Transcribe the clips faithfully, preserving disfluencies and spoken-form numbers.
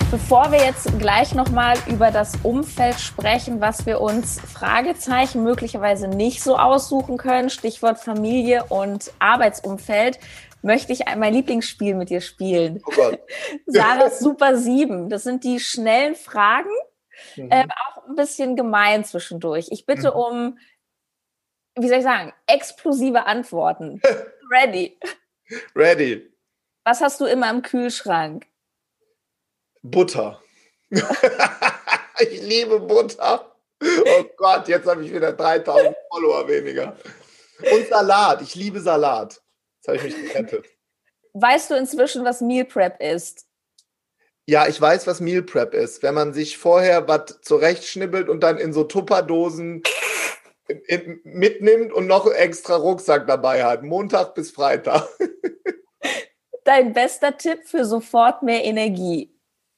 Bevor wir jetzt gleich nochmal über das Umfeld sprechen, was wir uns Fragezeichen möglicherweise nicht so aussuchen können, Stichwort Familie und Arbeitsumfeld, möchte ich mein Lieblingsspiel mit dir spielen. Oh Gott. Sarahs Super sieben. Das sind die schnellen Fragen, mhm. äh, auch ein bisschen gemein zwischendurch. Ich bitte mhm. um, wie soll ich sagen, explosive Antworten. Ready. Ready. Was hast du immer im Kühlschrank? Butter. Ich liebe Butter. Oh Gott, jetzt habe ich wieder dreitausend Follower weniger. Und Salat. Ich liebe Salat. Jetzt habe ich mich gerettet. Weißt du inzwischen, was Meal Prep ist? Ja, ich weiß, was Meal Prep ist. Wenn man sich vorher was zurechtschnibbelt und dann in so Tupperdosen in, in, mitnimmt und noch extra Rucksack dabei hat. Montag bis Freitag. Dein bester Tipp für sofort mehr Energie?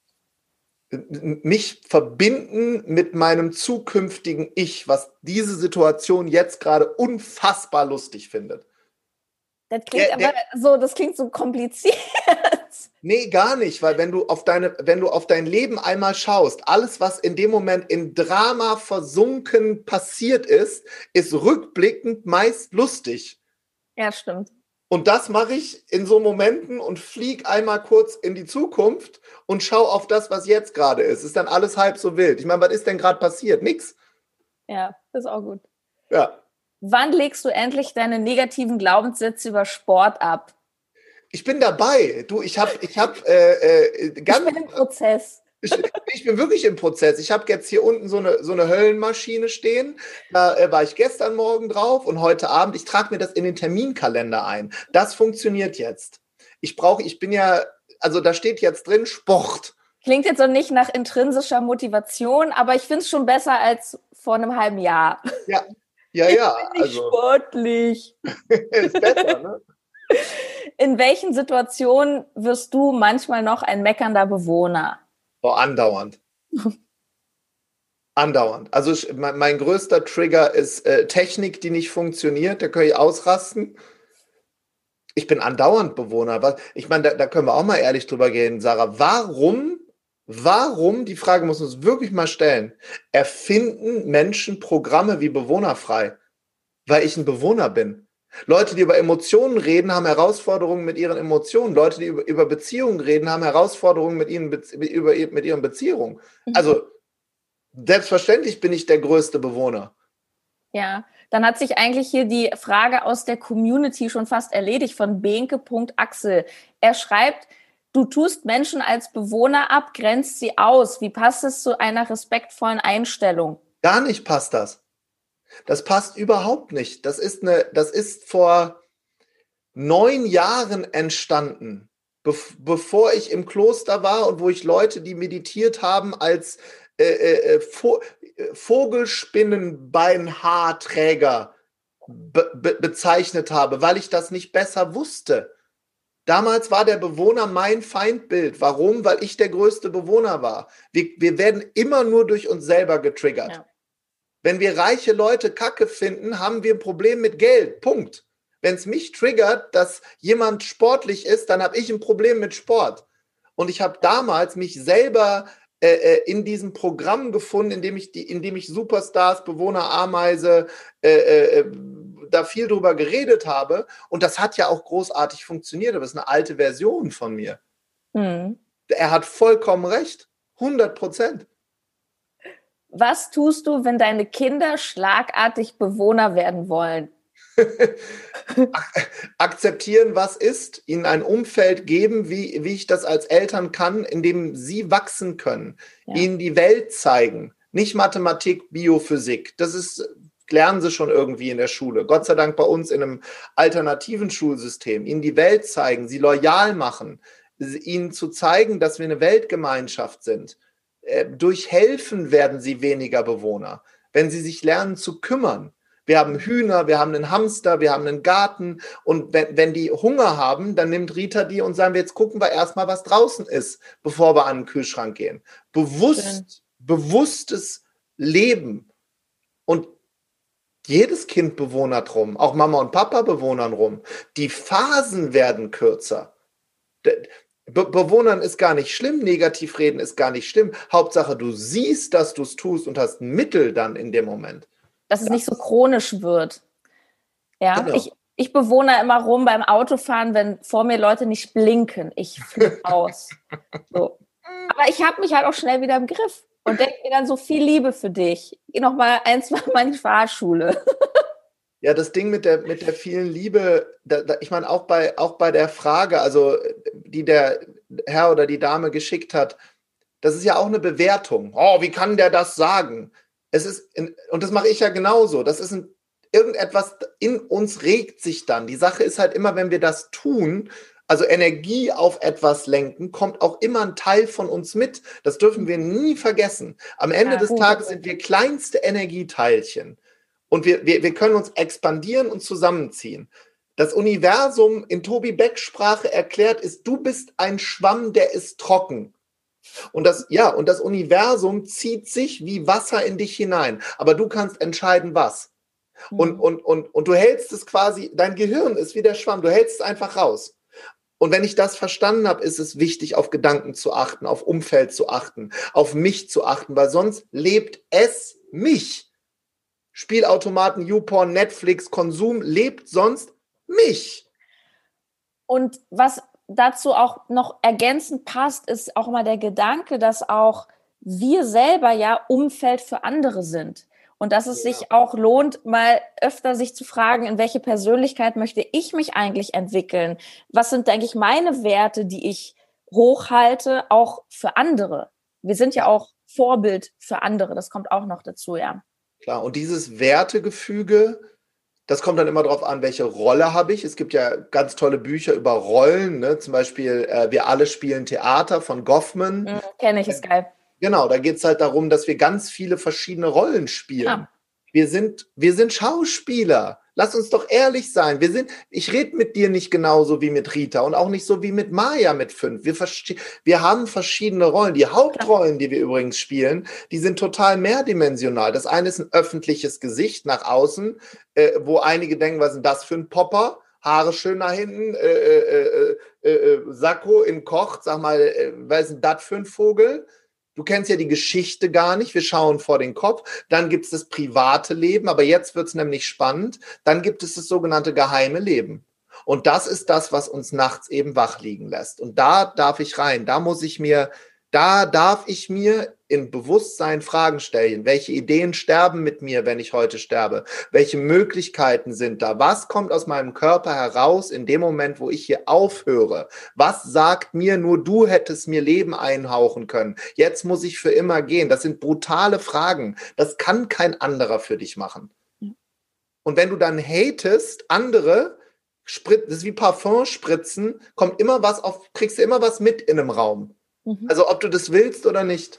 Mich verbinden mit meinem zukünftigen Ich, was diese Situation jetzt gerade unfassbar lustig findet. Das klingt der, aber der, so, das klingt so kompliziert. Nee, gar nicht, weil wenn du auf deine, wenn du auf dein Leben einmal schaust, alles, was in dem Moment in Drama versunken passiert ist, ist rückblickend meist lustig. Ja, stimmt. Und das mache ich in so Momenten und fliege einmal kurz in die Zukunft und schaue auf das, was jetzt gerade ist. Ist dann alles halb so wild. Ich meine, was ist denn gerade passiert? Nix. Ja, ist auch gut. Ja. Wann legst du endlich deine negativen Glaubenssätze über Sport ab? Ich bin dabei. Du, ich habe, ich habe äh, äh, ganz. Ich bin im Prozess. Ich, ich bin wirklich im Prozess. Ich habe jetzt hier unten so eine, so eine Höllenmaschine stehen. Da äh, war ich gestern Morgen drauf und heute Abend. Ich trage mir das in den Terminkalender ein. Das funktioniert jetzt. Ich brauche, ich bin ja, also da steht jetzt drin Sport. Klingt jetzt so nicht nach intrinsischer Motivation, aber ich finde es schon besser als vor einem halben Jahr. Ja, ja, ja. Ich bin nicht also, sportlich. Ist besser, ne? In welchen Situationen wirst du manchmal noch ein meckernder Bewohner? Oh, andauernd. Andauernd. Also ich, mein, mein größter Trigger ist äh, Technik, die nicht funktioniert. Da kann ich ausrasten. Ich bin andauernd Bewohner. Ich meine, da, da können wir auch mal ehrlich drüber gehen, Sarah. Warum, warum, die Frage muss uns wirklich mal stellen, erfinden Menschen Programme wie bewohnerfrei? Weil ich ein Bewohner bin. Leute, die über Emotionen reden, haben Herausforderungen mit ihren Emotionen. Leute, die über, über Beziehungen reden, haben Herausforderungen mit, ihnen, über, mit ihren Beziehungen. Also selbstverständlich bin ich der größte Bewohner. Ja, dann hat sich eigentlich hier die Frage aus der Community schon fast erledigt von benke.axel. Er schreibt, du tust Menschen als Bewohner ab, grenzt sie aus. Wie passt es zu einer respektvollen Einstellung? Gar nicht passt das. Das passt überhaupt nicht. Das ist eine, das ist vor neun Jahren entstanden, be- bevor ich im Kloster war und wo ich Leute, die meditiert haben, als äh, äh, Vo- Vogelspinnenbeinhaarträger be- be- bezeichnet habe, weil ich das nicht besser wusste. Damals war der Bewohner mein Feindbild. Warum? Weil ich der größte Bewohner war. Wir, wir werden immer nur durch uns selber getriggert. Ja. Wenn wir reiche Leute Kacke finden, haben wir ein Problem mit Geld. Punkt. Wenn es mich triggert, dass jemand sportlich ist, dann habe ich ein Problem mit Sport. Und ich habe damals mich selber äh, in diesem Programm gefunden, in dem ich, die, in dem ich Superstars, Bewohner, Ameise, äh, äh, da viel drüber geredet habe. Und das hat ja auch großartig funktioniert. Aber das ist eine alte Version von mir. Mhm. Er hat vollkommen recht. hundert Prozent. Was tust du, wenn deine Kinder schlagartig Bewohner werden wollen? Akzeptieren, was ist, ihnen ein Umfeld geben, wie, wie ich das als Eltern kann, in dem sie wachsen können, ja. Ihnen die Welt zeigen, nicht Mathematik, Biophysik, das ist, lernen sie schon irgendwie in der Schule, Gott sei Dank bei uns in einem alternativen Schulsystem, ihnen die Welt zeigen, sie loyal machen, ihnen zu zeigen, dass wir eine Weltgemeinschaft sind. Durch Helfen werden sie weniger Bewohner, wenn sie sich lernen zu kümmern. Wir haben Hühner, wir haben einen Hamster, wir haben einen Garten und wenn, wenn die Hunger haben, dann nimmt Rita die und sagen wir, jetzt gucken wir erstmal, was draußen ist, bevor wir an den Kühlschrank gehen. Bewusst, bewusstes Leben und jedes Kind bewohnert rum, auch Mama und Papa bewohnern rum. Die Phasen werden kürzer. Be Bewundern ist gar nicht schlimm, negativ reden ist gar nicht schlimm. Hauptsache, du siehst, dass du es tust und hast ein Mittel dann in dem Moment. Dass es ja. nicht so chronisch wird. Ja, genau. ich, ich bewundere immer rum beim Autofahren, wenn vor mir Leute nicht blinken. Ich flippe aus. So. Aber ich habe mich halt auch schnell wieder im Griff und denke mir dann so viel Liebe für dich. Geh noch mal ein, zwei Mal in die Fahrschule. Ja, das Ding mit der, mit der vielen Liebe, da, da, ich meine, auch bei, auch bei der Frage, also die der Herr oder die Dame geschickt hat, das ist ja auch eine Bewertung. Oh, wie kann der das sagen? Es ist, in, und das mache ich ja genauso. Das ist ein, irgendetwas in uns regt sich dann. Die Sache ist halt immer, wenn wir das tun, also Energie auf etwas lenken, kommt auch immer ein Teil von uns mit. Das dürfen wir nie vergessen. Am Ende ja, des Tages sind wir kleinste Energieteilchen. Und wir, wir, wir können uns expandieren und zusammenziehen. Das Universum in Tobi Becks Sprache erklärt ist, du bist ein Schwamm, der ist trocken. Und das, ja, und das Universum zieht sich wie Wasser in dich hinein. Aber du kannst entscheiden, was. Mhm. Und, und, und, und du hältst es quasi, dein Gehirn ist wie der Schwamm, du hältst es einfach raus. Und wenn ich das verstanden habe, ist es wichtig, auf Gedanken zu achten, auf Umfeld zu achten, auf mich zu achten, weil sonst lebt es mich. Spielautomaten, YouPorn, Netflix, Konsum lebt sonst mich. Und was dazu auch noch ergänzend passt, ist auch mal der Gedanke, dass auch wir selber ja Umfeld für andere sind. Und dass es ja. sich auch lohnt, mal öfter sich zu fragen, in welche Persönlichkeit möchte ich mich eigentlich entwickeln? Was sind eigentlich meine Werte, die ich hochhalte, auch für andere? Wir sind ja auch Vorbild für andere. Das kommt auch noch dazu, ja. Klar, und dieses Wertegefüge, das kommt dann immer darauf an, welche Rolle habe ich. Es gibt ja ganz tolle Bücher über Rollen, ne? Zum Beispiel äh, Wir alle spielen Theater von Goffman. Mhm, kenne ich, ist geil. Genau, da geht es halt darum, dass wir ganz viele verschiedene Rollen spielen. Ja. Wir sind, wir sind Schauspieler. Lass uns doch ehrlich sein. Wir sind, ich rede mit dir nicht genauso wie mit Rita und auch nicht so wie mit Maya mit fünf. Wir, wir haben verschiedene Rollen. Die Hauptrollen, die wir übrigens spielen, die sind total mehrdimensional. Das eine ist ein öffentliches Gesicht nach außen, äh, wo einige denken, was ist denn das für ein Popper? Haare schön nach hinten, äh, äh, äh, äh, Sakko in Koch, sag mal, äh, was ist denn das für ein Vogel? Du kennst ja die Geschichte gar nicht, wir schauen vor den Kopf. Dann gibt es das private Leben, aber jetzt wird es nämlich spannend. Dann gibt es das sogenannte geheime Leben. Und das ist das, was uns nachts eben wach liegen lässt. Und da darf ich rein, da muss ich mir, da darf ich mir in Bewusstsein Fragen stellen. Welche Ideen sterben mit mir, wenn ich heute sterbe? Welche Möglichkeiten sind da? Was kommt aus meinem Körper heraus in dem Moment, wo ich hier aufhöre? Was sagt mir, nur du hättest mir Leben einhauchen können? Jetzt muss ich für immer gehen. Das sind brutale Fragen. Das kann kein anderer für dich machen. Und wenn du dann hatest, andere, das ist wie Parfum spritzen, kommt immer was auf, kriegst du immer was mit in einem Raum. Mhm. Also ob du das willst oder nicht.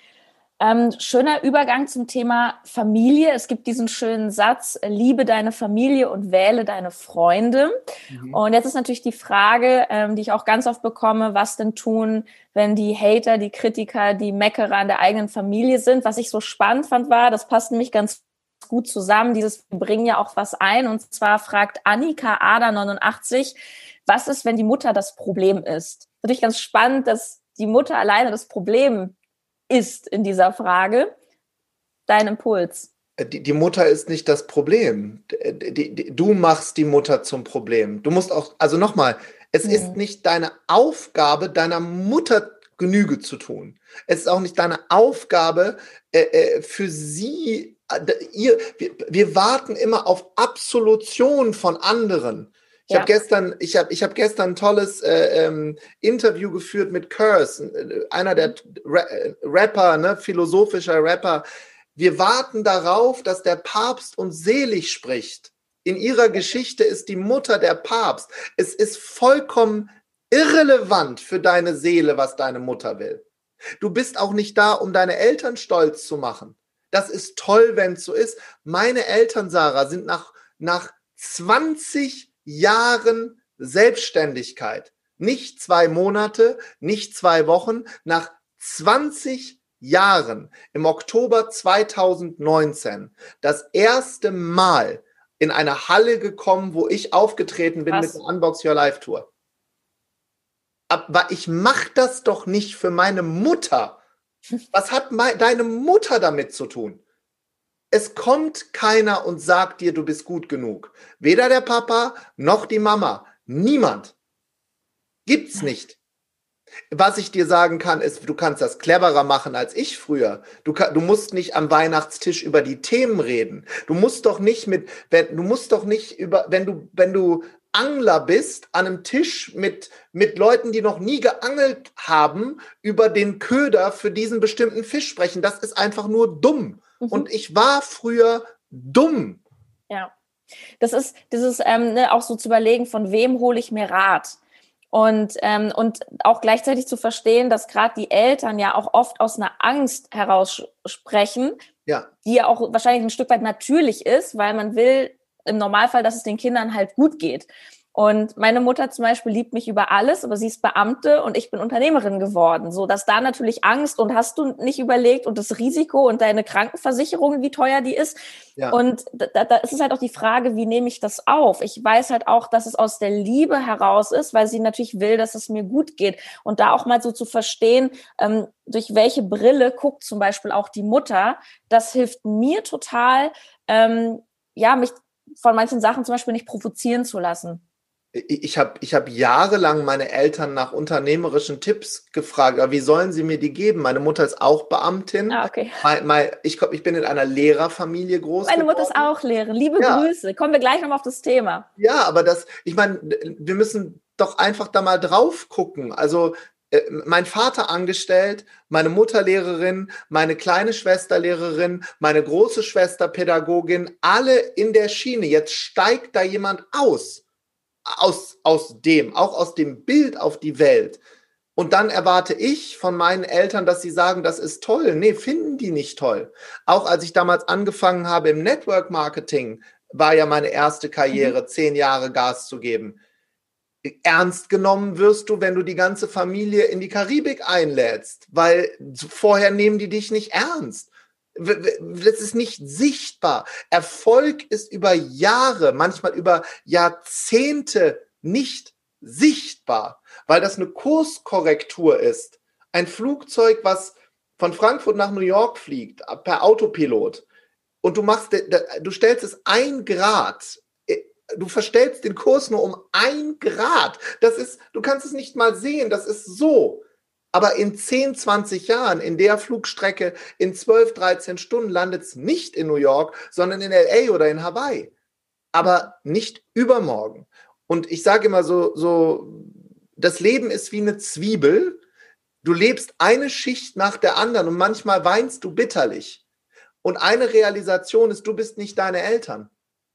Ähm, schöner Übergang zum Thema Familie. Es gibt diesen schönen Satz, liebe deine Familie und wähle deine Freunde. Mhm. Und jetzt ist natürlich die Frage, ähm, die ich auch ganz oft bekomme, was denn tun, wenn die Hater, die Kritiker, die Meckerer an der eigenen Familie sind. Was ich so spannend fand war, das passt nämlich ganz gut zusammen, dieses, wir bringen ja auch was ein. Und zwar fragt Annika Ada neunundachtzig, was ist, wenn die Mutter das Problem ist? Natürlich ganz spannend, dass die Mutter alleine das Problem ist in dieser Frage. Dein Impuls. Die, die Mutter ist nicht das Problem. Die, die, du machst die Mutter zum Problem. Du musst auch, also nochmal, es hm. ist nicht deine Aufgabe, deiner Mutter Genüge zu tun. Es ist auch nicht deine Aufgabe, äh, äh, für sie, äh, ihr, wir, wir warten immer auf Absolution von anderen. Ich ja. habe gestern, ich habe, ich habe gestern ein tolles äh, ähm, Interview geführt mit Curse, einer der Ra- Rapper, ne, philosophischer Rapper. Wir warten darauf, dass der Papst uns selig spricht. In ihrer Geschichte ist die Mutter der Papst. Es ist vollkommen irrelevant für deine Seele, was deine Mutter will. Du bist auch nicht da, um deine Eltern stolz zu machen. Das ist toll, wenn es so ist. Meine Eltern, Sarah, sind nach, nach zwanzig Jahren Selbstständigkeit, nicht zwei Monate, nicht zwei Wochen, nach zwanzig Jahren, im Oktober zweitausendneunzehn, das erste Mal in eine Halle gekommen, wo ich aufgetreten bin. Was? Mit der Unbox Your Life Tour. aber ich mache das doch nicht für meine Mutter. Was hat mein, deine Mutter damit zu tun? Es kommt keiner und sagt dir, du bist gut genug. Weder der Papa noch die Mama. Niemand. Gibt's nicht. Was ich dir sagen kann, ist, du kannst das cleverer machen als ich früher. Du, kann, du musst nicht am Weihnachtstisch über die Themen reden. Du musst doch nicht mit, wenn, du musst doch nicht über, wenn du, wenn du Angler bist, an einem Tisch mit, mit Leuten, die noch nie geangelt haben, über den Köder für diesen bestimmten Fisch sprechen. Das ist einfach nur dumm. Mhm. Und ich war früher dumm. Ja, das ist dieses ähm, ne, auch so zu überlegen, von wem hole ich mir Rat? Und, ähm, und auch gleichzeitig zu verstehen, dass gerade die Eltern ja auch oft aus einer Angst heraus sprechen, ja, die ja auch wahrscheinlich ein Stück weit natürlich ist, weil man will im Normalfall, dass es den Kindern halt gut geht. Und meine Mutter zum Beispiel liebt mich über alles, aber sie ist Beamte und ich bin Unternehmerin geworden. So, dass da natürlich Angst und hast du nicht überlegt und das Risiko und deine Krankenversicherung, wie teuer die ist. Ja. Und da, da ist es halt auch die Frage, wie nehme ich das auf? Ich weiß halt auch, dass es aus der Liebe heraus ist, weil sie natürlich will, dass es mir gut geht. Und da auch mal so zu verstehen, ähm, durch welche Brille guckt zum Beispiel auch die Mutter, das hilft mir total, ähm, ja, mich von manchen Sachen zum Beispiel nicht provozieren zu lassen. Ich habe ich hab jahrelang meine Eltern nach unternehmerischen Tipps gefragt, aber wie sollen sie mir die geben? Meine Mutter ist auch Beamtin. Ah, okay. Mein, mein, ich, ich bin in einer Lehrerfamilie groß Meine geworden. Mutter ist auch Lehrerin. Liebe ja. Grüße. Kommen wir gleich nochmal auf das Thema. Ja, aber das, ich meine, wir müssen doch einfach da mal drauf gucken. Also äh, mein Vater angestellt, meine Mutter Lehrerin, meine kleine Schwester Lehrerin, meine große Schwester Pädagogin, alle in der Schiene. Jetzt steigt da jemand aus. Aus, aus dem, auch aus dem Bild auf die Welt. Und dann erwarte ich von meinen Eltern, dass sie sagen, das ist toll. Nee, finden die nicht toll. Auch als ich damals angefangen habe im Network Marketing, war ja meine erste Karriere, mhm. zehn Jahre Gas zu geben. Ernst genommen wirst du, wenn du die ganze Familie in die Karibik einlädst, weil vorher nehmen die dich nicht ernst. Das ist nicht sichtbar. Erfolg ist über Jahre, manchmal über Jahrzehnte nicht sichtbar, weil das eine Kurskorrektur ist. Ein Flugzeug, was von Frankfurt nach New York fliegt, per Autopilot, und du machst, du stellst es ein Grad. Du verstellst den Kurs nur um ein Grad. Das ist, du kannst es nicht mal sehen. Das ist so. Aber in zehn, zwanzig Jahren, in der Flugstrecke, in zwölf, dreizehn Stunden landet es nicht in New York, sondern in L A oder in Hawaii. Aber nicht übermorgen. Und ich sage immer so, so, das Leben ist wie eine Zwiebel. Du lebst eine Schicht nach der anderen und manchmal weinst du bitterlich. Und eine Realisation ist, du bist nicht deine Eltern.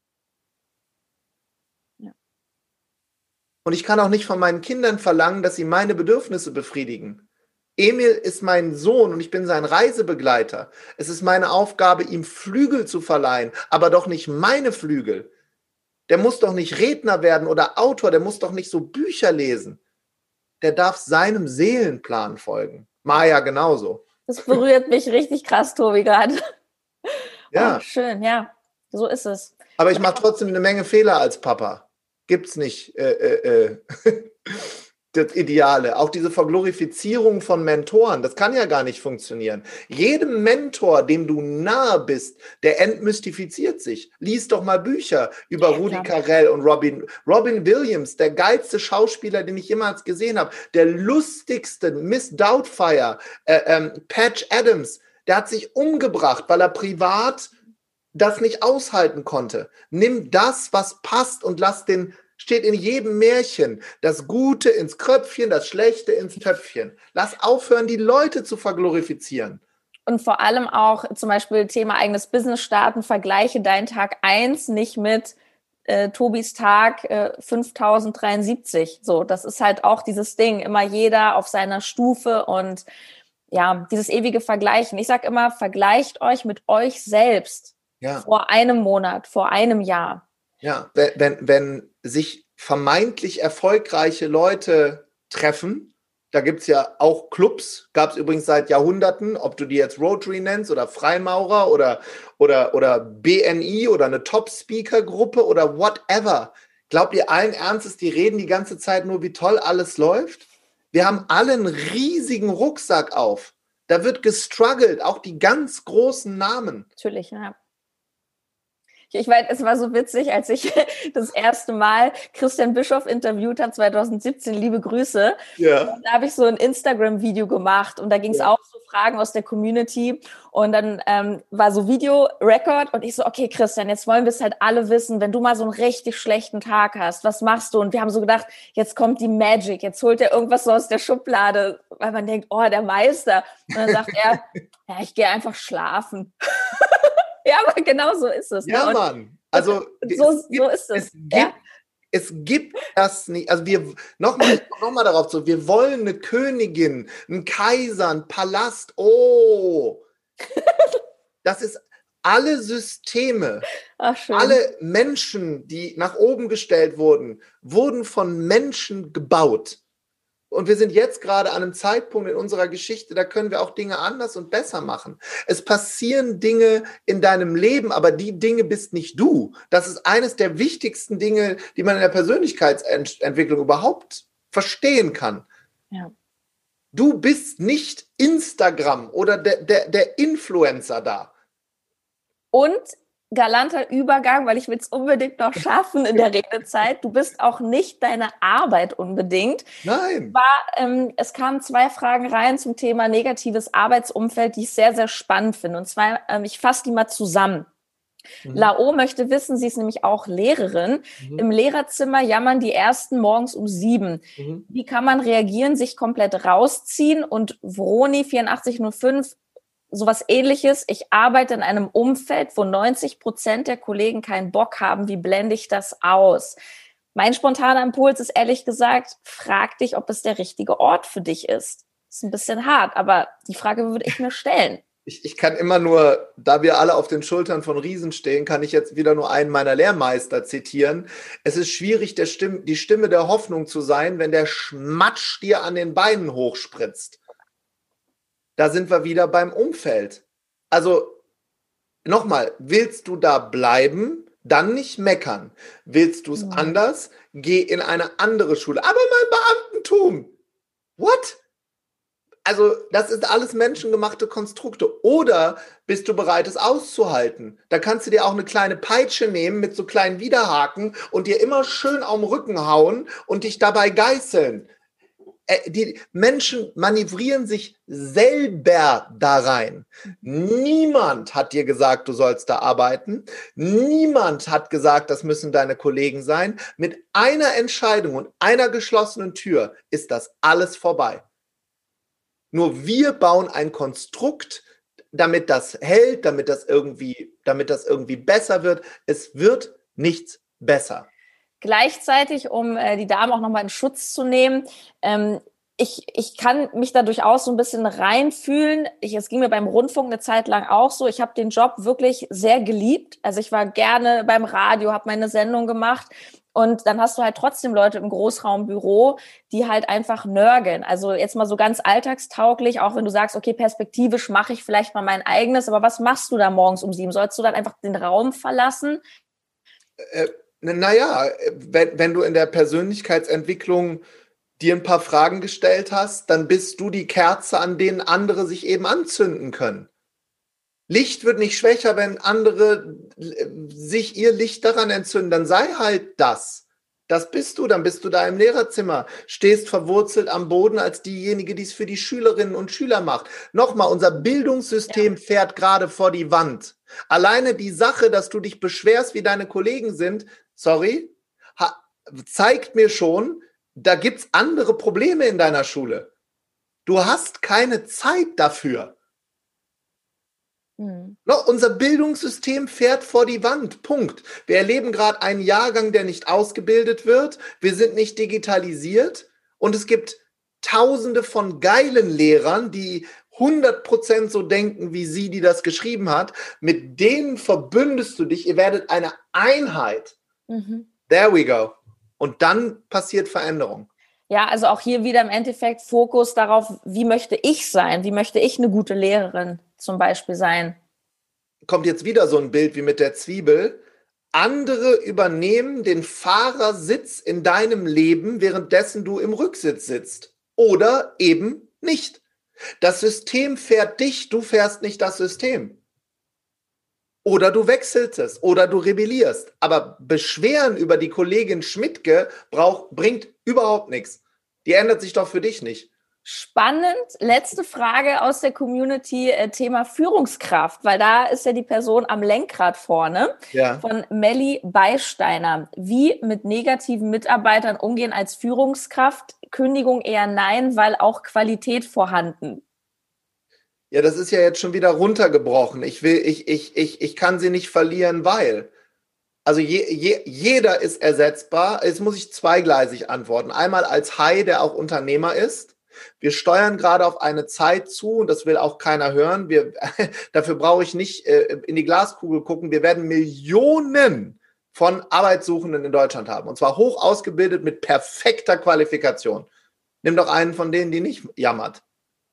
Ja. Und ich kann auch nicht von meinen Kindern verlangen, dass sie meine Bedürfnisse befriedigen. Emil ist mein Sohn und ich bin sein Reisebegleiter. Es ist meine Aufgabe, ihm Flügel zu verleihen, aber doch nicht meine Flügel. Der muss doch nicht Redner werden oder Autor, der muss doch nicht so Bücher lesen. Der darf seinem Seelenplan folgen. Maja genauso. Das berührt mich richtig krass, Tobi, gerade. Ja. Oh, schön, ja, so ist es. Aber ich mache trotzdem eine Menge Fehler als Papa. Gibt's nicht. Äh, äh, äh. Das Ideale, auch diese Verglorifizierung von Mentoren, das kann ja gar nicht funktionieren. Jedem Mentor, dem du nahe bist, der entmystifiziert sich. Lies doch mal Bücher über ja, Rudi Carrell und Robin, Robin Williams, der geilste Schauspieler, den ich jemals gesehen habe, der lustigste, Miss Doubtfire, äh, ähm, Patch Adams, der hat sich umgebracht, weil er privat das nicht aushalten konnte. Nimm das, was passt und lass den steht in jedem Märchen, das Gute ins Kröpfchen, das Schlechte ins Töpfchen. Lass aufhören, die Leute zu verglorifizieren. Und vor allem auch zum Beispiel Thema eigenes Business starten, vergleiche deinen Tag eins nicht mit äh, Tobis Tag äh, fünftausenddreiundsiebzig. So, das ist halt auch dieses Ding, immer jeder auf seiner Stufe und ja, dieses ewige Vergleichen. Ich sage immer, vergleicht euch mit euch selbst ja. vor einem Monat, vor einem Jahr. Ja, wenn, wenn, wenn sich vermeintlich erfolgreiche Leute treffen, da gibt es ja auch Clubs, gab es übrigens seit Jahrhunderten, ob du die jetzt Rotary nennst oder Freimaurer oder, oder, oder B N I oder eine Top-Speaker-Gruppe oder whatever. Glaubt ihr allen Ernstes, die reden die ganze Zeit nur, wie toll alles läuft? Wir haben alle einen riesigen Rucksack auf. Da wird gestruggelt, auch die ganz großen Namen. Natürlich, ja. Ich weiß, es war so witzig, als ich das erste Mal Christian Bischoff interviewt habe, zwanzig siebzehn, liebe Grüße. Ja. Da habe ich so ein Instagram-Video gemacht und da ging es ja. auch so Fragen aus der Community und dann ähm, war so Video-Record und ich so, okay Christian, jetzt wollen wir es halt alle wissen, wenn du mal so einen richtig schlechten Tag hast, was machst du? Und wir haben so gedacht, jetzt kommt die Magic, jetzt holt er irgendwas so aus der Schublade, weil man denkt, oh, der Meister. Und dann sagt er, ja, ich gehe einfach schlafen. Ja, aber genau so ist es. Ja, ne? Mann. Also so, gibt, so ist es. Es gibt, ja. es gibt das nicht. Also wir, nochmal noch mal darauf zu, wir wollen eine Königin, einen Kaiser, einen Palast. Oh, das ist alle Systeme, Ach, schön. alle Menschen, die nach oben gestellt wurden, wurden von Menschen gebaut. Und wir sind jetzt gerade an einem Zeitpunkt in unserer Geschichte, da können wir auch Dinge anders und besser machen. Es passieren Dinge in deinem Leben, aber die Dinge bist nicht du. Das ist eines der wichtigsten Dinge, die man in der Persönlichkeitsentwicklung überhaupt verstehen kann. Ja. Du bist nicht Instagram oder der, der, der Influencer da. Und galanter Übergang, weil ich will es unbedingt noch schaffen in der Redezeit. Du bist auch nicht deine Arbeit unbedingt. Nein. War, ähm, es kamen zwei Fragen rein zum Thema negatives Arbeitsumfeld, die ich sehr, sehr spannend finde. Und zwar, ähm, ich fasse die mal zusammen. Mhm. Lao möchte wissen, sie ist nämlich auch Lehrerin. Mhm. Im Lehrerzimmer jammern die Ersten morgens um sieben. Mhm. Wie kann man reagieren, sich komplett rausziehen? Und Vroni vierundachtzig null fünf sowas Ähnliches. Ich arbeite in einem Umfeld, wo neunzig Prozent der Kollegen keinen Bock haben. Wie blende ich das aus? Mein spontaner Impuls ist ehrlich gesagt, frag dich, ob es der richtige Ort für dich ist. Ist ein bisschen hart, aber die Frage würde ich mir stellen. Ich, ich kann immer nur, da wir alle auf den Schultern von Riesen stehen, kann ich jetzt wieder nur einen meiner Lehrmeister zitieren. Es ist schwierig, der Stimme, die Stimme der Hoffnung zu sein, wenn der Schmatsch dir an den Beinen hochspritzt. Da sind wir wieder beim Umfeld. Also nochmal, willst du da bleiben, dann nicht meckern. Willst du es ja. anders, geh in eine andere Schule. Aber mein Beamtentum, what? Also das ist alles menschengemachte Konstrukte. Oder bist du bereit, es auszuhalten? Da kannst du dir auch eine kleine Peitsche nehmen mit so kleinen Widerhaken und dir immer schön auf den Rücken hauen und dich dabei geißeln. Die Menschen manövrieren sich selber da rein. Niemand hat dir gesagt, du sollst da arbeiten. Niemand hat gesagt, das müssen deine Kollegen sein. Mit einer Entscheidung und einer geschlossenen Tür ist das alles vorbei. Nur wir bauen ein Konstrukt, damit das hält, damit das irgendwie, damit das irgendwie besser wird. Es wird nichts besser. Gleichzeitig, um äh, die Damen auch nochmal in Schutz zu nehmen, ähm, ich, ich kann mich da durchaus so ein bisschen reinfühlen. Ich, es ging mir beim Rundfunk eine Zeit lang auch so. Ich habe den Job wirklich sehr geliebt. Also ich war gerne beim Radio, habe meine Sendung gemacht. Und dann hast du halt trotzdem Leute im Großraumbüro, die halt einfach nörgeln. Also jetzt mal so ganz alltagstauglich, auch wenn du sagst, okay, perspektivisch mache ich vielleicht mal mein eigenes. Aber was machst du da morgens um sieben? Sollst du dann einfach den Raum verlassen? Äh Naja, wenn, wenn du in der Persönlichkeitsentwicklung dir ein paar Fragen gestellt hast, dann bist du die Kerze, an denen andere sich eben anzünden können. Licht wird nicht schwächer, wenn andere sich ihr Licht daran entzünden. Dann sei halt das. Das bist du, dann bist du da im Lehrerzimmer, stehst verwurzelt am Boden als diejenige, die es für die Schülerinnen und Schüler macht. Nochmal, unser Bildungssystem ja. fährt gerade vor die Wand. Alleine die Sache, dass du dich beschwerst, wie deine Kollegen sind, sorry, ha, zeigt mir schon, da gibt's andere Probleme in deiner Schule. Du hast keine Zeit dafür. Mhm. No, unser Bildungssystem fährt vor die Wand, Punkt. Wir erleben gerade einen Jahrgang, der nicht ausgebildet wird. Wir sind nicht digitalisiert. Und es gibt Tausende von geilen Lehrern, die hundert Prozent so denken, wie sie, die das geschrieben hat. Mit denen verbündest du dich. Ihr werdet eine Einheit. Mhm. There we go. Und dann passiert Veränderung. Ja, also auch hier wieder im Endeffekt Fokus darauf, wie möchte ich sein? Wie möchte ich eine gute Lehrerin zum Beispiel sein? Kommt jetzt wieder so ein Bild wie mit der Zwiebel. Andere übernehmen den Fahrersitz in deinem Leben, währenddessen du im Rücksitz sitzt. oder eben nicht. Das System fährt dich, du fährst nicht das System. Oder du wechselst es oder du rebellierst. Aber Beschweren über die Kollegin Schmidtke braucht, bringt überhaupt nichts. Die ändert sich doch für dich nicht. Spannend. Letzte Frage aus der Community, äh, Thema Führungskraft, weil da ist ja die Person am Lenkrad vorne, ja. Von Melli Beisteiner. Wie mit negativen Mitarbeitern umgehen als Führungskraft? Kündigung eher nein, weil auch Qualität vorhanden. Ja, das ist ja jetzt schon wieder runtergebrochen. Ich will, ich, ich, ich, ich kann sie nicht verlieren, weil. Also je, je, jeder ist ersetzbar. Jetzt muss ich zweigleisig antworten. Einmal als Hai, der auch Unternehmer ist. Wir steuern gerade auf eine Zeit zu, und das will auch keiner hören. Wir, dafür brauche ich nicht äh, in die Glaskugel gucken. Wir werden Millionen von Arbeitssuchenden in Deutschland haben. Und zwar hoch ausgebildet mit perfekter Qualifikation. Nimm doch einen von denen, die nicht jammert.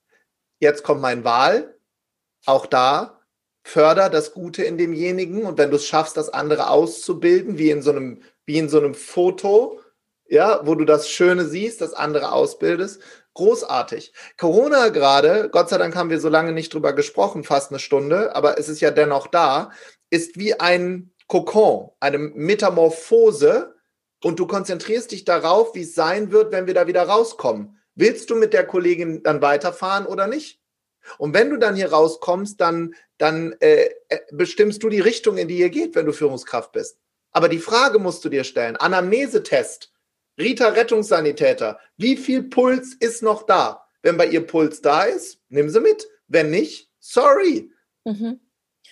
Jetzt kommt mein Wahl. Auch da, förder das Gute in demjenigen. Und wenn du es schaffst, das andere auszubilden, wie in so einem, wie in so einem Foto, ja, wo du das Schöne siehst, das andere ausbildest, großartig. Corona gerade, Gott sei Dank haben wir so lange nicht drüber gesprochen, fast eine Stunde, aber es ist ja dennoch da, ist wie ein Kokon, eine Metamorphose, und du konzentrierst dich darauf, wie es sein wird, wenn wir da wieder rauskommen. Willst du mit der Kollegin dann weiterfahren oder nicht? Und wenn du dann hier rauskommst, dann, dann äh, bestimmst du die Richtung, in die ihr geht, wenn du Führungskraft bist. Aber die Frage musst du dir stellen, Anamnesetest, Rita Rettungssanitäter, wie viel Puls ist noch da? Wenn bei ihr Puls da ist, nimm sie mit. Wenn nicht, sorry. Mhm.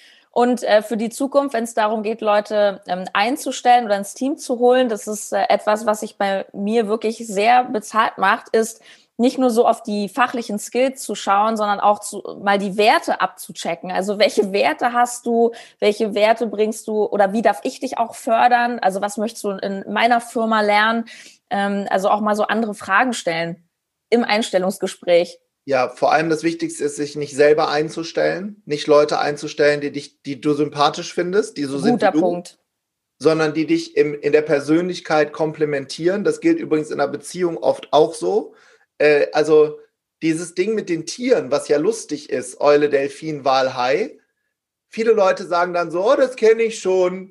Und äh, für die Zukunft, wenn es darum geht, Leute ähm, einzustellen oder ins Team zu holen, das ist äh, etwas, was sich bei mir wirklich sehr bezahlt macht, ist nicht nur so auf die fachlichen Skills zu schauen, sondern auch zu, mal die Werte abzuchecken. Also welche Werte hast du, welche Werte bringst du oder wie darf ich dich auch fördern? Also was möchtest du in meiner Firma lernen? Ähm, also auch mal so andere Fragen stellen im Einstellungsgespräch. Ja, vor allem das Wichtigste ist, sich nicht selber einzustellen, nicht Leute einzustellen, die dich, die du sympathisch findest, die so sind wie du. Guter Punkt. Sondern die dich im, in der Persönlichkeit komplementieren. Das gilt übrigens in einer Beziehung oft auch so. Äh, also dieses Ding mit den Tieren, was ja lustig ist, Eule, Delfin, Wal, Hai. Viele Leute sagen dann so, oh, das kenne ich schon.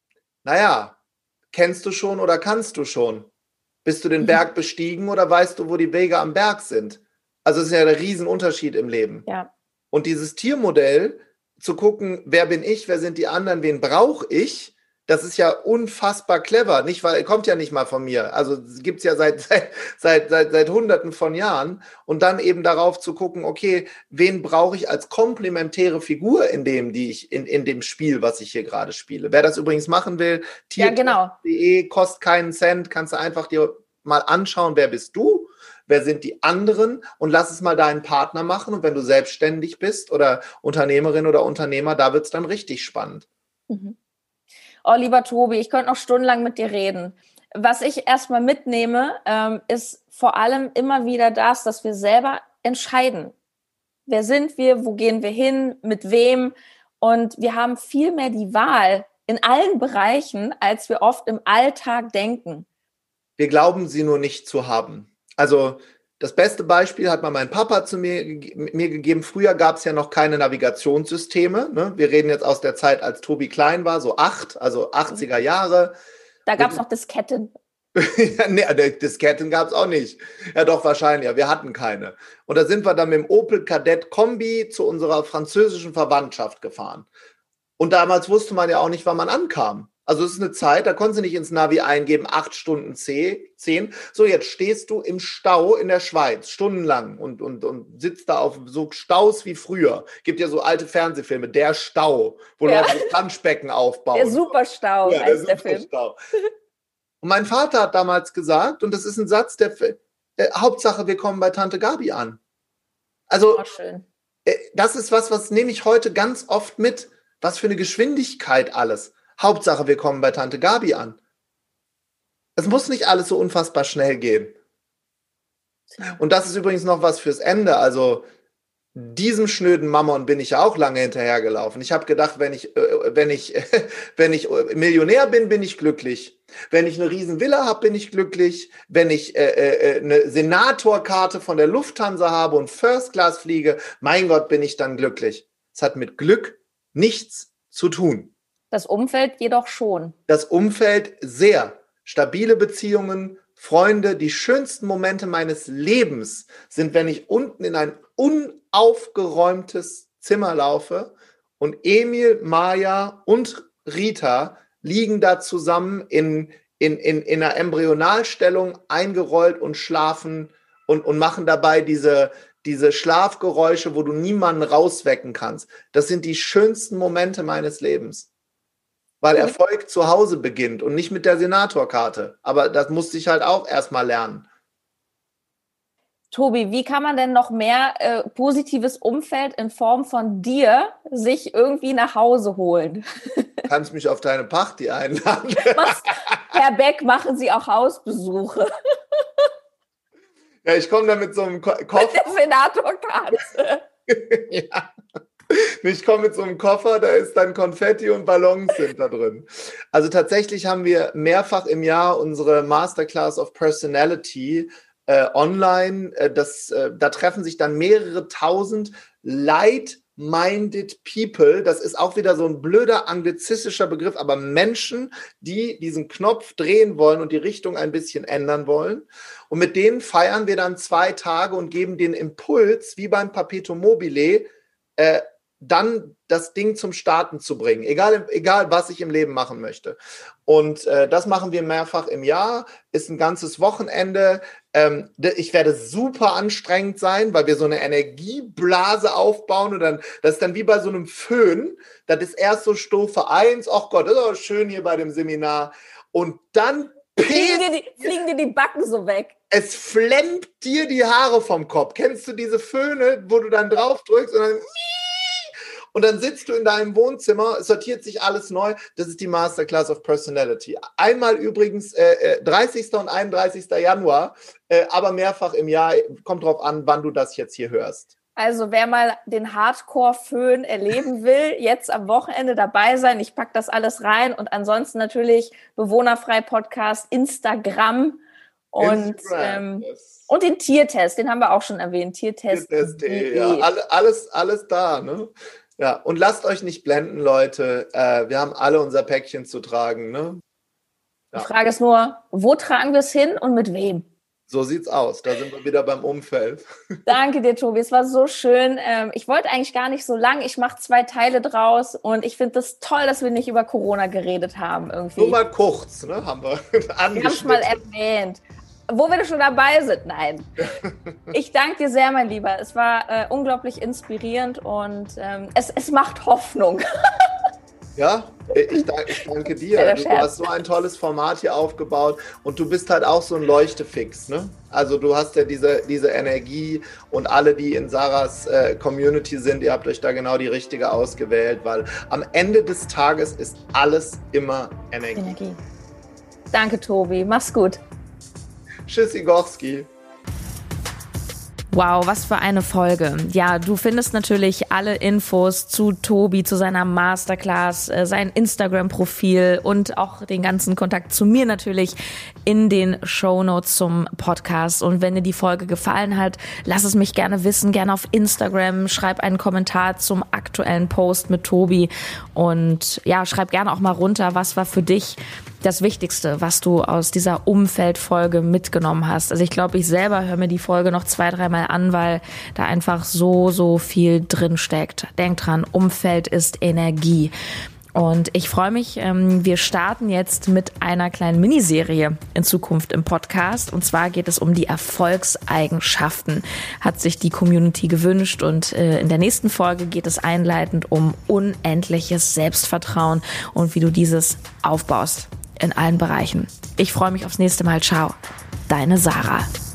Naja, kennst du schon oder kannst du schon? Bist du den Berg bestiegen oder weißt du, wo die Wege am Berg sind? Also es ist ja der Riesenunterschied im Leben. Ja. Und dieses Tiermodell, zu gucken, wer bin ich, wer sind die anderen, wen brauche ich, das ist ja unfassbar clever. Nicht, weil, kommt ja nicht mal von mir. Also gibt es ja seit, seit, seit, seit, seit Hunderten von Jahren. Und dann eben darauf zu gucken, okay, wen brauche ich als komplementäre Figur in dem, die ich, in, in dem Spiel, was ich hier gerade spiele. Wer das übrigens machen will, tier punkt de, ja, genau. kostet keinen Cent, kannst du einfach dir mal anschauen, wer bist du? Wer sind die anderen? Und lass es mal deinen Partner machen. Und wenn du selbstständig bist oder Unternehmerin oder Unternehmer, da wird es dann richtig spannend. Mhm. Oh, lieber Tobi, ich könnte noch stundenlang mit dir reden. Was ich erstmal mitnehme, ähm, ist vor allem immer wieder das, dass wir selber entscheiden. Wer sind wir? Wo gehen wir hin? Mit wem? Und wir haben viel mehr die Wahl in allen Bereichen, als wir oft im Alltag denken. Wir glauben sie nur nicht zu haben. Also das beste Beispiel hat mal mein Papa zu mir, mir gegeben. Früher gab es ja noch keine Navigationssysteme. Ne? Wir reden jetzt aus der Zeit, als Tobi klein war, so acht, also achtziger Jahre. Da gab es noch Disketten. Nee, Disketten gab es auch nicht. Ja doch, wahrscheinlich, ja, wir hatten keine. Und da sind wir dann mit dem Opel Kadett Kombi zu unserer französischen Verwandtschaft gefahren. Und damals wusste man ja auch nicht, wann man ankam. Also es ist eine Zeit, da konntest du nicht ins Navi eingeben, acht Stunden zehn. So, jetzt stehst du im Stau in der Schweiz, stundenlang und, und, und sitzt da auf so Staus wie früher. Gibt ja so alte Fernsehfilme, der Stau, wo ja. Leute so Planschbecken aufbauen. Der Superstau ja, heißt der, der Superstau. Film. Und mein Vater hat damals gesagt, und das ist ein Satz, der äh, Hauptsache, wir kommen bei Tante Gabi an. Also, oh, schön. Äh, das ist was, was nehme ich heute ganz oft mit. Was für eine Geschwindigkeit alles. Hauptsache, wir kommen bei Tante Gabi an. Es muss nicht alles so unfassbar schnell gehen. Ja. Und das ist übrigens noch was fürs Ende. Also diesem schnöden Mammon bin ich ja auch lange hinterhergelaufen. Ich habe gedacht, wenn ich äh, wenn ich, wenn ich Millionär bin, bin ich glücklich. Wenn ich eine riesen Villa habe, bin ich glücklich. Wenn ich äh, äh, eine Senatorkarte von der Lufthansa habe und First Class fliege, mein Gott, bin ich dann glücklich. Es hat mit Glück nichts zu tun. Das Umfeld jedoch schon. Das Umfeld sehr. Stabile Beziehungen, Freunde, die schönsten Momente meines Lebens sind, wenn ich unten in ein unaufgeräumtes Zimmer laufe und Emil, Maja und Rita liegen da zusammen in, in, in, in einer Embryonalstellung eingerollt und schlafen und, und machen dabei diese, diese Schlafgeräusche, wo du niemanden rauswecken kannst. Das sind die schönsten Momente meines Lebens. Weil Erfolg zu Hause beginnt und nicht mit der Senatorkarte. Aber das musste ich halt auch erstmal lernen. Tobi, wie kann man denn noch mehr äh, positives Umfeld in Form von dir sich irgendwie nach Hause holen? Du kannst mich auf deine Party einladen. Was? Herr Beck, machen Sie auch Hausbesuche? Ja, ich komme da mit so einem Ko- Koffer. Mit der Senatorkarte. Ja. Ich komme mit so einem Koffer, da ist dann Konfetti und Ballons sind da drin. Also tatsächlich haben wir mehrfach im Jahr unsere Masterclass of Personality äh, online. Äh, das, äh, da treffen sich dann mehrere tausend like-minded people. Das ist auch wieder so ein blöder anglizistischer Begriff, aber Menschen, die diesen Knopf drehen wollen und die Richtung ein bisschen ändern wollen. Und mit denen feiern wir dann zwei Tage und geben den Impuls, wie beim Perpetuum mobile, äh, dann das Ding zum Starten zu bringen, egal, egal was ich im Leben machen möchte. Und äh, das machen wir mehrfach im Jahr, ist ein ganzes Wochenende. Ähm, ich werde super anstrengend sein, weil wir so eine Energieblase aufbauen und dann, das ist dann wie bei so einem Föhn, das ist erst so Stufe eins, ach Gott, das ist aber schön hier bei dem Seminar. Und dann fliegen dir, die, fliegen dir die Backen so weg. Es flemmt dir die Haare vom Kopf. Kennst du diese Föhne, wo du dann drauf drückst und dann und dann sitzt du in deinem Wohnzimmer, es sortiert sich alles neu. Das ist die Masterclass of Personality. Einmal übrigens äh, dreißigster und einunddreißigster Januar, äh, aber mehrfach im Jahr. Kommt drauf an, wann du das jetzt hier hörst. Also wer mal den Hardcore-Föhn erleben will, jetzt am Wochenende dabei sein. Ich packe das alles rein. Und ansonsten natürlich Bewohnerfrei-Podcast, Instagram und, Instagram, ähm, yes. und den Tiertest, den haben wir auch schon erwähnt. Tiertest. Tiertest, ja, alles, alles da, ne? Ja, und lasst euch nicht blenden, Leute. Äh, wir haben alle unser Päckchen zu tragen, ne? Ja. Die Frage ist nur, wo tragen wir es hin und mit wem? So sieht's aus. Da sind wir wieder beim Umfeld. Danke dir, Tobi. Es war so schön. Ich wollte eigentlich gar nicht so lang. Ich mache zwei Teile draus und ich finde es das toll, dass wir nicht über Corona geredet haben. Irgendwie. Nur mal kurz, ne? Haben wir Wir haben es mal erwähnt. Wo wir schon dabei sind, nein. Ich danke dir sehr, mein Lieber. Es war äh, unglaublich inspirierend und ähm, es, es macht Hoffnung. Ja, ich, danke, ich danke dir. Du, du hast so ein tolles Format hier aufgebaut und du bist halt auch so ein Leuchtefix, ne? Also du hast ja diese, diese Energie und alle, die in Sarahs äh, Community sind, ihr habt euch da genau die richtige ausgewählt, weil am Ende des Tages ist alles immer Energie. Energie. Danke, Tobi. Mach's gut. Tschüssigowski. Wow, was für eine Folge. Ja, du findest natürlich alle Infos zu Tobi, zu seiner Masterclass, sein Instagram-Profil und auch den ganzen Kontakt zu mir natürlich in den Shownotes zum Podcast. Und wenn dir die Folge gefallen hat, lass es mich gerne wissen, gerne auf Instagram, schreib einen Kommentar zum aktuellen Post mit Tobi und ja, schreib gerne auch mal runter, was war für dich das Wichtigste, was du aus dieser Umfeldfolge mitgenommen hast. Also ich glaube, ich selber höre mir die Folge noch zwei, dreimal an, weil da einfach so, so viel drin steckt. Denk dran, Umfeld ist Energie. Und ich freue mich, ähm, wir starten jetzt mit einer kleinen Miniserie in Zukunft im Podcast. Und zwar geht es um die Erfolgseigenschaften, hat sich die Community gewünscht. Und äh, in der nächsten Folge geht es einleitend um unendliches Selbstvertrauen und wie du dieses aufbaust in allen Bereichen. Ich freue mich aufs nächste Mal. Ciao, deine Sarah.